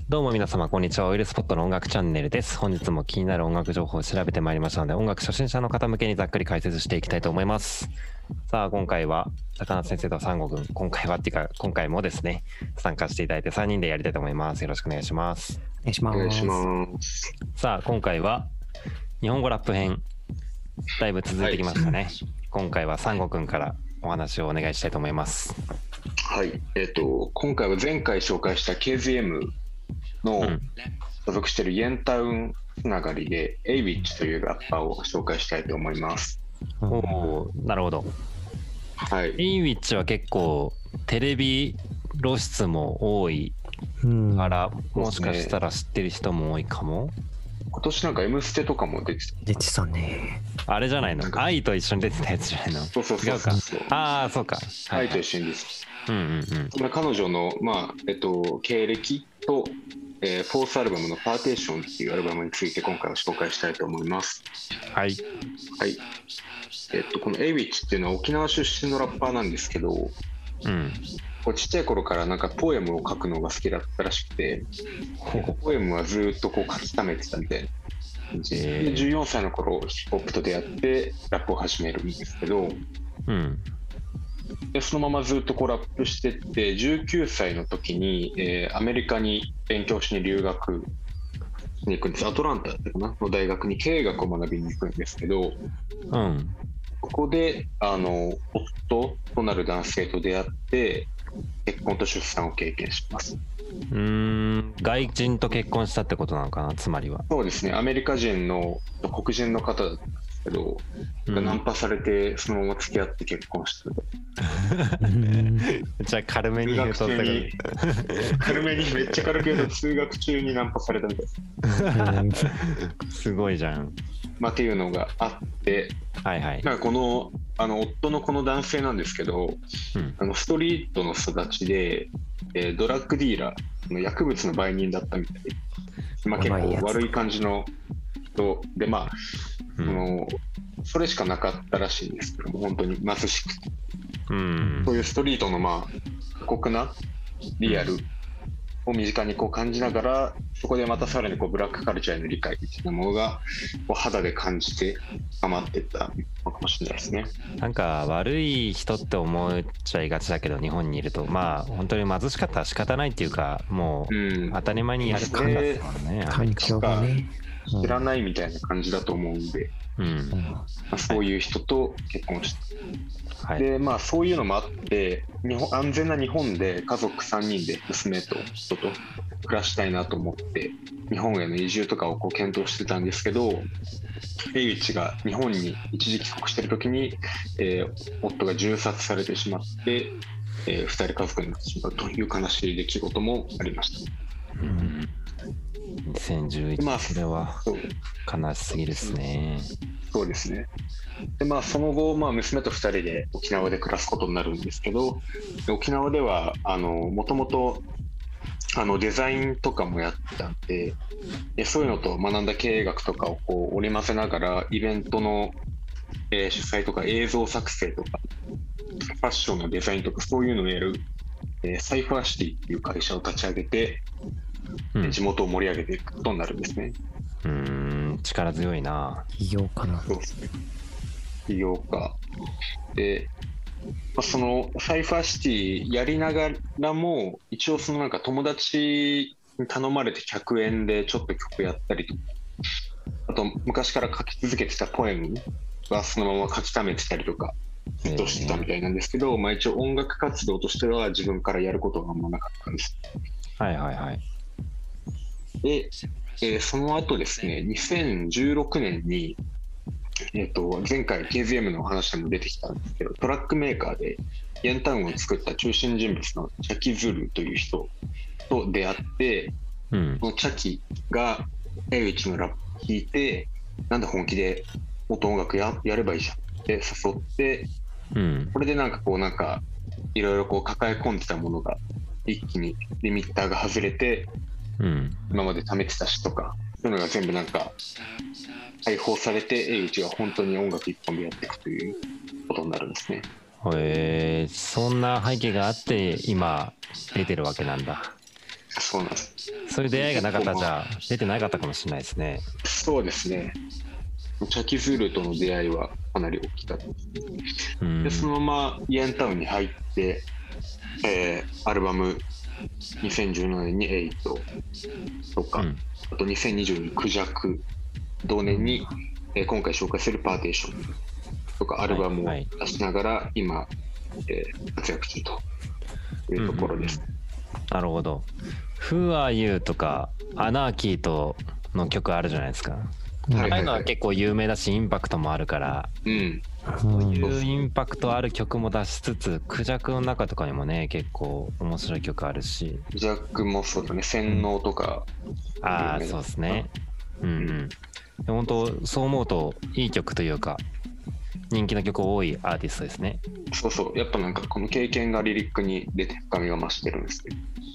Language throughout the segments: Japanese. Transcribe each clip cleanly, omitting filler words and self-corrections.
どうも皆様こんにちは。オイルスポットの音楽チャンネルです。本日も気になる音楽情報を調べてまいりましたので、音楽初心者の方向けにざっくり解説していきたいと思います。さあ今回は高梨先生とサンゴ君、今回もですね参加していただいて3人でやりたいと思います。よろしくお願いします。 お願いします。 さあ今回は日本語ラップ編だいぶ続いてきましたね。今回はサンゴ君からお話をお願いしたいと思います。 はい、今回は前回紹介した KZM の所属しているイエンタウンつながりで AWICH というラッパーを紹介したいと思います。 おお、なるほど。 はい。 AWICH は結構テレビ露出も多いから、もしかしたら知ってる人も多いかも。 今年なんか M ステとかも出てたね。あれじゃないの、愛と一緒に出てたやつじゃないの。 そう違うか。ああそうか、 愛と一緒にです。 彼女の、経歴と、フォースアルバムのパーテーションっていうアルバムについて今回は紹介したいと思います。 はい。 はい。この AWICH っていうのは沖縄出身のラッパーなんですけど、ちっちゃい頃からなんかポエムを書くのが好きだったらしくて、ポエムはずっとこう書き溜めてたみたいな。で14歳の頃ヒップホップと出会ってラップを始めるんですけど、でそのままずっとこうラップしてって19歳の時に、アメリカに勉強しに留学に行くんです。アトランタだったかなの大学に経営学を学びに行くんですけど、ここで夫となる男性と出会って結婚と出産を経験します。 外人と結婚したってことなのかな、つまりは。 そうですね、アメリカ人の黒人の方だったんですけど、ナンパされてそのまま付き合って結婚したじゃあ軽めに言うと軽めにめっちゃ軽く言うと通学中にナンパされたみたいです。 すごいじゃん。 っていうのがあって、なんかこの夫のこの男性なんですけど、ストリートの育ちで、ドラッグディーラーの薬物の売人だったみたいで、結構悪い感じの人で、それしかなかったらしいんですけども、本当に貧しくて、そういうストリートの過酷なリアルを身近にこう感じながら、そこでまたさらにこうブラックカルチャーへの理解みたいなものがこう肌で感じて深まっていったのかもしれないですね。 なんか悪い人って思っちゃいがちだけど、日本にいると本当に貧しかったら仕方ないっていうか、もう当たり前にやる感じですもんね。 環境がね、知らないみたいな感じだと思うんで、そういう人と結婚した。でそういうのもあって安全な日本で家族3人で娘と人と暮らしたいなと思って日本への移住とかをこう検討してたんですけど、AWICHが日本に一時帰国してる時に、夫が銃殺されてしまって、2人家族になってしまうという悲しい出来事もありました。 2011年、それは悲しすぎですね。 そうですね。でその後、娘と2人で沖縄で暮らすことになるんですけど、沖縄ではもともとデザインとかもやってたんで、そういうのと学んだ経営学とかをこう織り交ぜながらイベントの、主催とか映像作成とかファッションのデザインとかそういうのをやる、サイファーシティっていう会社を立ち上げて、地元を盛り上げていくことになるんですね。 力強いな。 起業家な。 そうですね。起業家で、そのサイファーシティやりながらも一応そのなんか友達に頼まれて100円でちょっと曲やったりとか、あと昔から書き続けてたポエムはそのまま書き溜めてたりとかずっとしてたみたいなんですけど、一応音楽活動としては自分からやることがあんまなかったんです。で、その後ですね、2016年に、前回 KZM の話でも出てきたんですけど、トラックメーカーでイエンタウンを作った中心人物のチャキ・ズルという人と出会って、このチャキが AWICH のラップを聴いて、なんで本気で音音楽 やればいいじゃんって誘って、これでいろいろこう抱え込んでたものが一気にリミッターが外れて、今まで貯めてた詩とかそういうのが全部解放されて AWICH が本当に音楽一本でやっていくということになるんですね。 そんな背景があって今出てるわけなんだ。 そうなんです。 そそういう出会いがなかったらじゃあ出てなかったかもしれないですね。 そうですね。チャキズールとの出会いはかなり大きかったです。でそのままイエンタウンに入って、アルバム2017年に8とか、あと2022にクジャク、同年に、今回紹介するパーテーションとかアルバムを出しながら今、活躍中というところです。 なるほど。Who Are You とかアナーキーとの曲あるじゃないですか。ああいうのは結構有名だしインパクトもあるから、そういうインパクトある曲も出しつつ、クジャクの中とかにもね結構面白い曲あるし、 クジャクもそうだね、洗脳とか、 そうですね。本当そう思うといい曲というか人気の曲多いアーティストですね。 そうそう、やっぱなんかこの経験がリリックに出て深みが増してるんですね。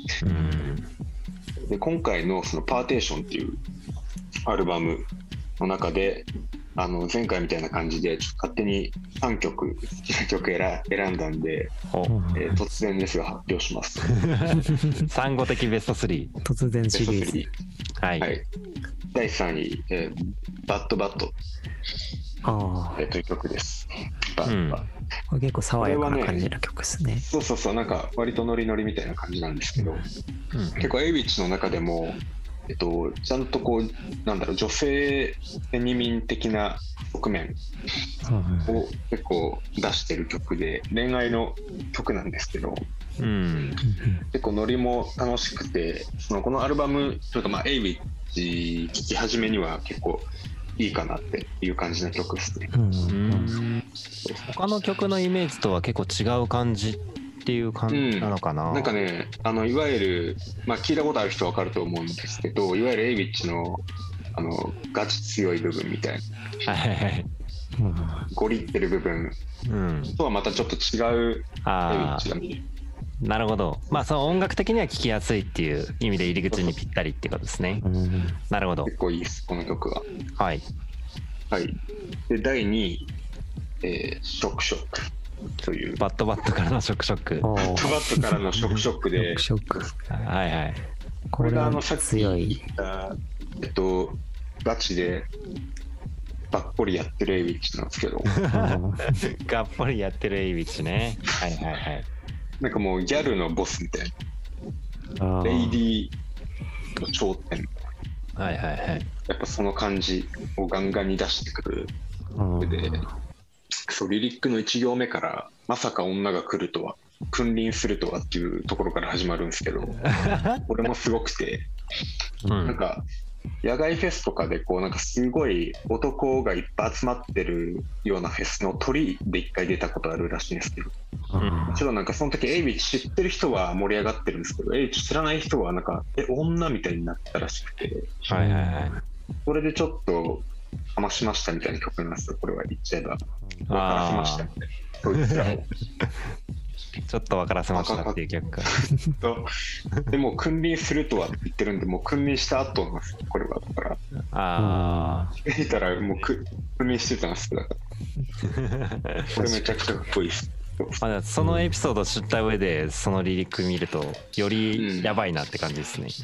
で今回のそのパーテーションっていうアルバムの中で前回みたいな感じで勝手に3曲好きな曲選んだんで、突然ですが発表します。 産後的ベスト3。 突然シリーズ。 はい。第3位、バッドバッドという曲です。 これ結構爽やかな感じの曲ですね。 そうなんか割とノリノリみたいな感じなんですけど、結構エイビッチの中でもちゃんとこうなんだろう、女性フェミニン的な側面を結構出してる曲で、恋愛の曲なんですけど、結構ノリも楽しくて、このアルバムというかエイビッチ聴き始めには結構いいかなっていう感じの曲ですね。 他の曲のイメージとは結構違う感じっていう感じなのかな。 なんかね、いわゆる、聞いたことある人は分かると思うんですけど、いわゆるエイビッチのガチ強い部分みたいな、ゴリってる部分とはまたちょっと違うエイビッチが見れる。 なるほど。その音楽的には聴きやすいっていう意味で入り口にぴったりってことですね。なるほど。 結構いいですこの曲は。 はい。 で第2位、ショックショックという、 バッドバッドからのショックショック。 バッドバッドからのショックショックでショック。 これがさっき言ったガチでがっぽりやってるエイビッチなんですけどがっぽりやってるエイビッチね。 なんかもうギャルのボスみたいな、レイディーの頂点、やっぱその感じをガンガンに出してくる。でリリックの1行目からまさか女が来るとは、君臨するとはっていうところから始まるんですけどこれもすごくて、なんか野外フェスとかでこうなんかすごい男がいっぱい集まってるようなフェスの鳥で1回出たことあるらしいんですけど、もちろんなんかその時エイビッチ知ってる人は盛り上がってるんですけど、エイビッチ知らない人はなんか女みたいになったらしくて、それでちょっとかましましたみたいな曲なんですよ。これは言っちゃえば分からせましたみたいな、そいつらをちょっと分からせましたっていう曲かでも君臨するとはって言ってるんで、もう君臨した後なんですよこれは。だから見たらもう君臨してたんですよ。だからこれめちゃくちゃかっこいいです。 そのエピソードを知った上でそのリリック見るとよりやばいなって感じですね。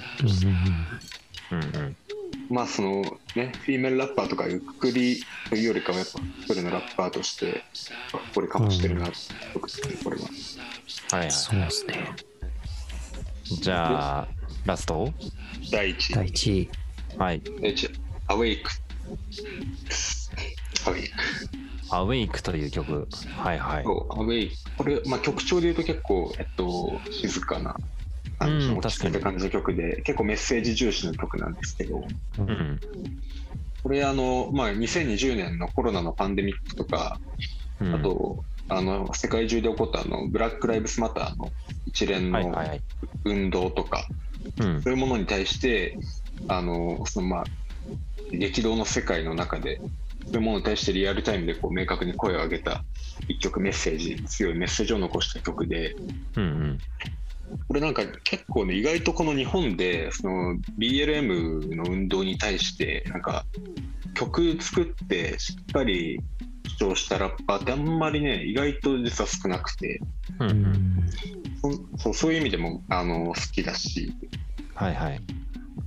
そのね、フィメールラッパーとかいうくくりというよりかはやっぱ一人のラッパーとしてこれかもしてるなってこれは。 そうですね。 じゃあラスト第1位。アウェイク。 アウェイクという曲。アウェイク、これ曲調で言うと結構静かな落ち着いた感じの曲で、結構メッセージ重視の曲なんですけど、これ2020年のコロナのパンデミックとか、あと世界中で起こったブラック・ライブスマターの一連の運動とか、そういうものに対して激動の世界の中でそういうものに対してリアルタイムでこう明確に声を上げた一曲、強いメッセージを残した曲で、これなんか結構ね、意外とこの日本でその BLM の運動に対してなんか曲作ってしっかり主張したラッパーってあんまりね、意外と実は少なくて、そういう意味でも好きだし、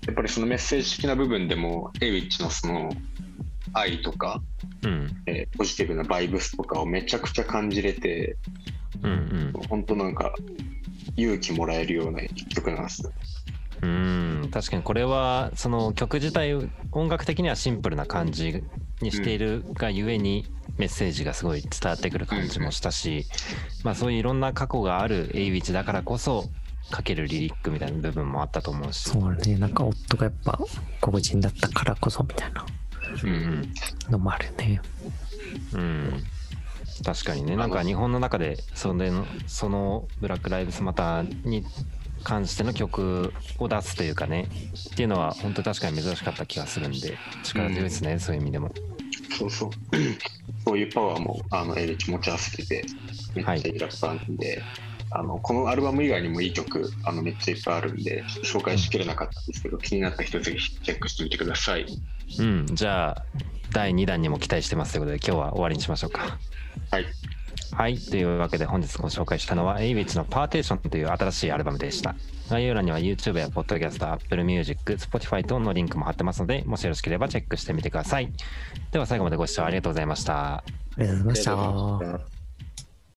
やっぱりそのメッセージ的な部分でもエイウィッチのその愛とか、ポジティブなバイブスとかをめちゃくちゃ感じれて、本当なんか勇気もらえるような一曲なんです。 確かにこれはその曲自体音楽的にはシンプルな感じにしているがゆえにメッセージがすごい伝わってくる感じもしたし、まあそういういろんな過去があるエイウィッチだからこそ書けるリリックみたいな部分もあったと思うし、 そうね、なんか夫がやっぱ黒人だったからこそみたいなのもあるね。 確かにね、なんか日本の中でそのブラック・ライブズ・マターに関しての曲を出すというかねっていうのは本当確かに珍しかった気がするんで力強いですね、そういう意味でも。 そういうパワーもエイウィッチ持ち合わせててめっちゃいいラッパーなんで、このアルバム以外にもいい曲めっちゃいっぱいあるんで紹介しきれなかったんですけど、気になった人ぜひチェックしてみてください。 じゃあ第2弾にも期待してますということで今日は終わりにしましょうか。はい、というわけで本日ご紹介したのはエイウィッチのパーテーションという新しいアルバムでした。概要欄には YouTube や Podcast、Apple Music、Spotify 等のリンクも貼ってますので、もしよろしければチェックしてみてください。では最後までご視聴ありがとうございました。 ありがとうございました。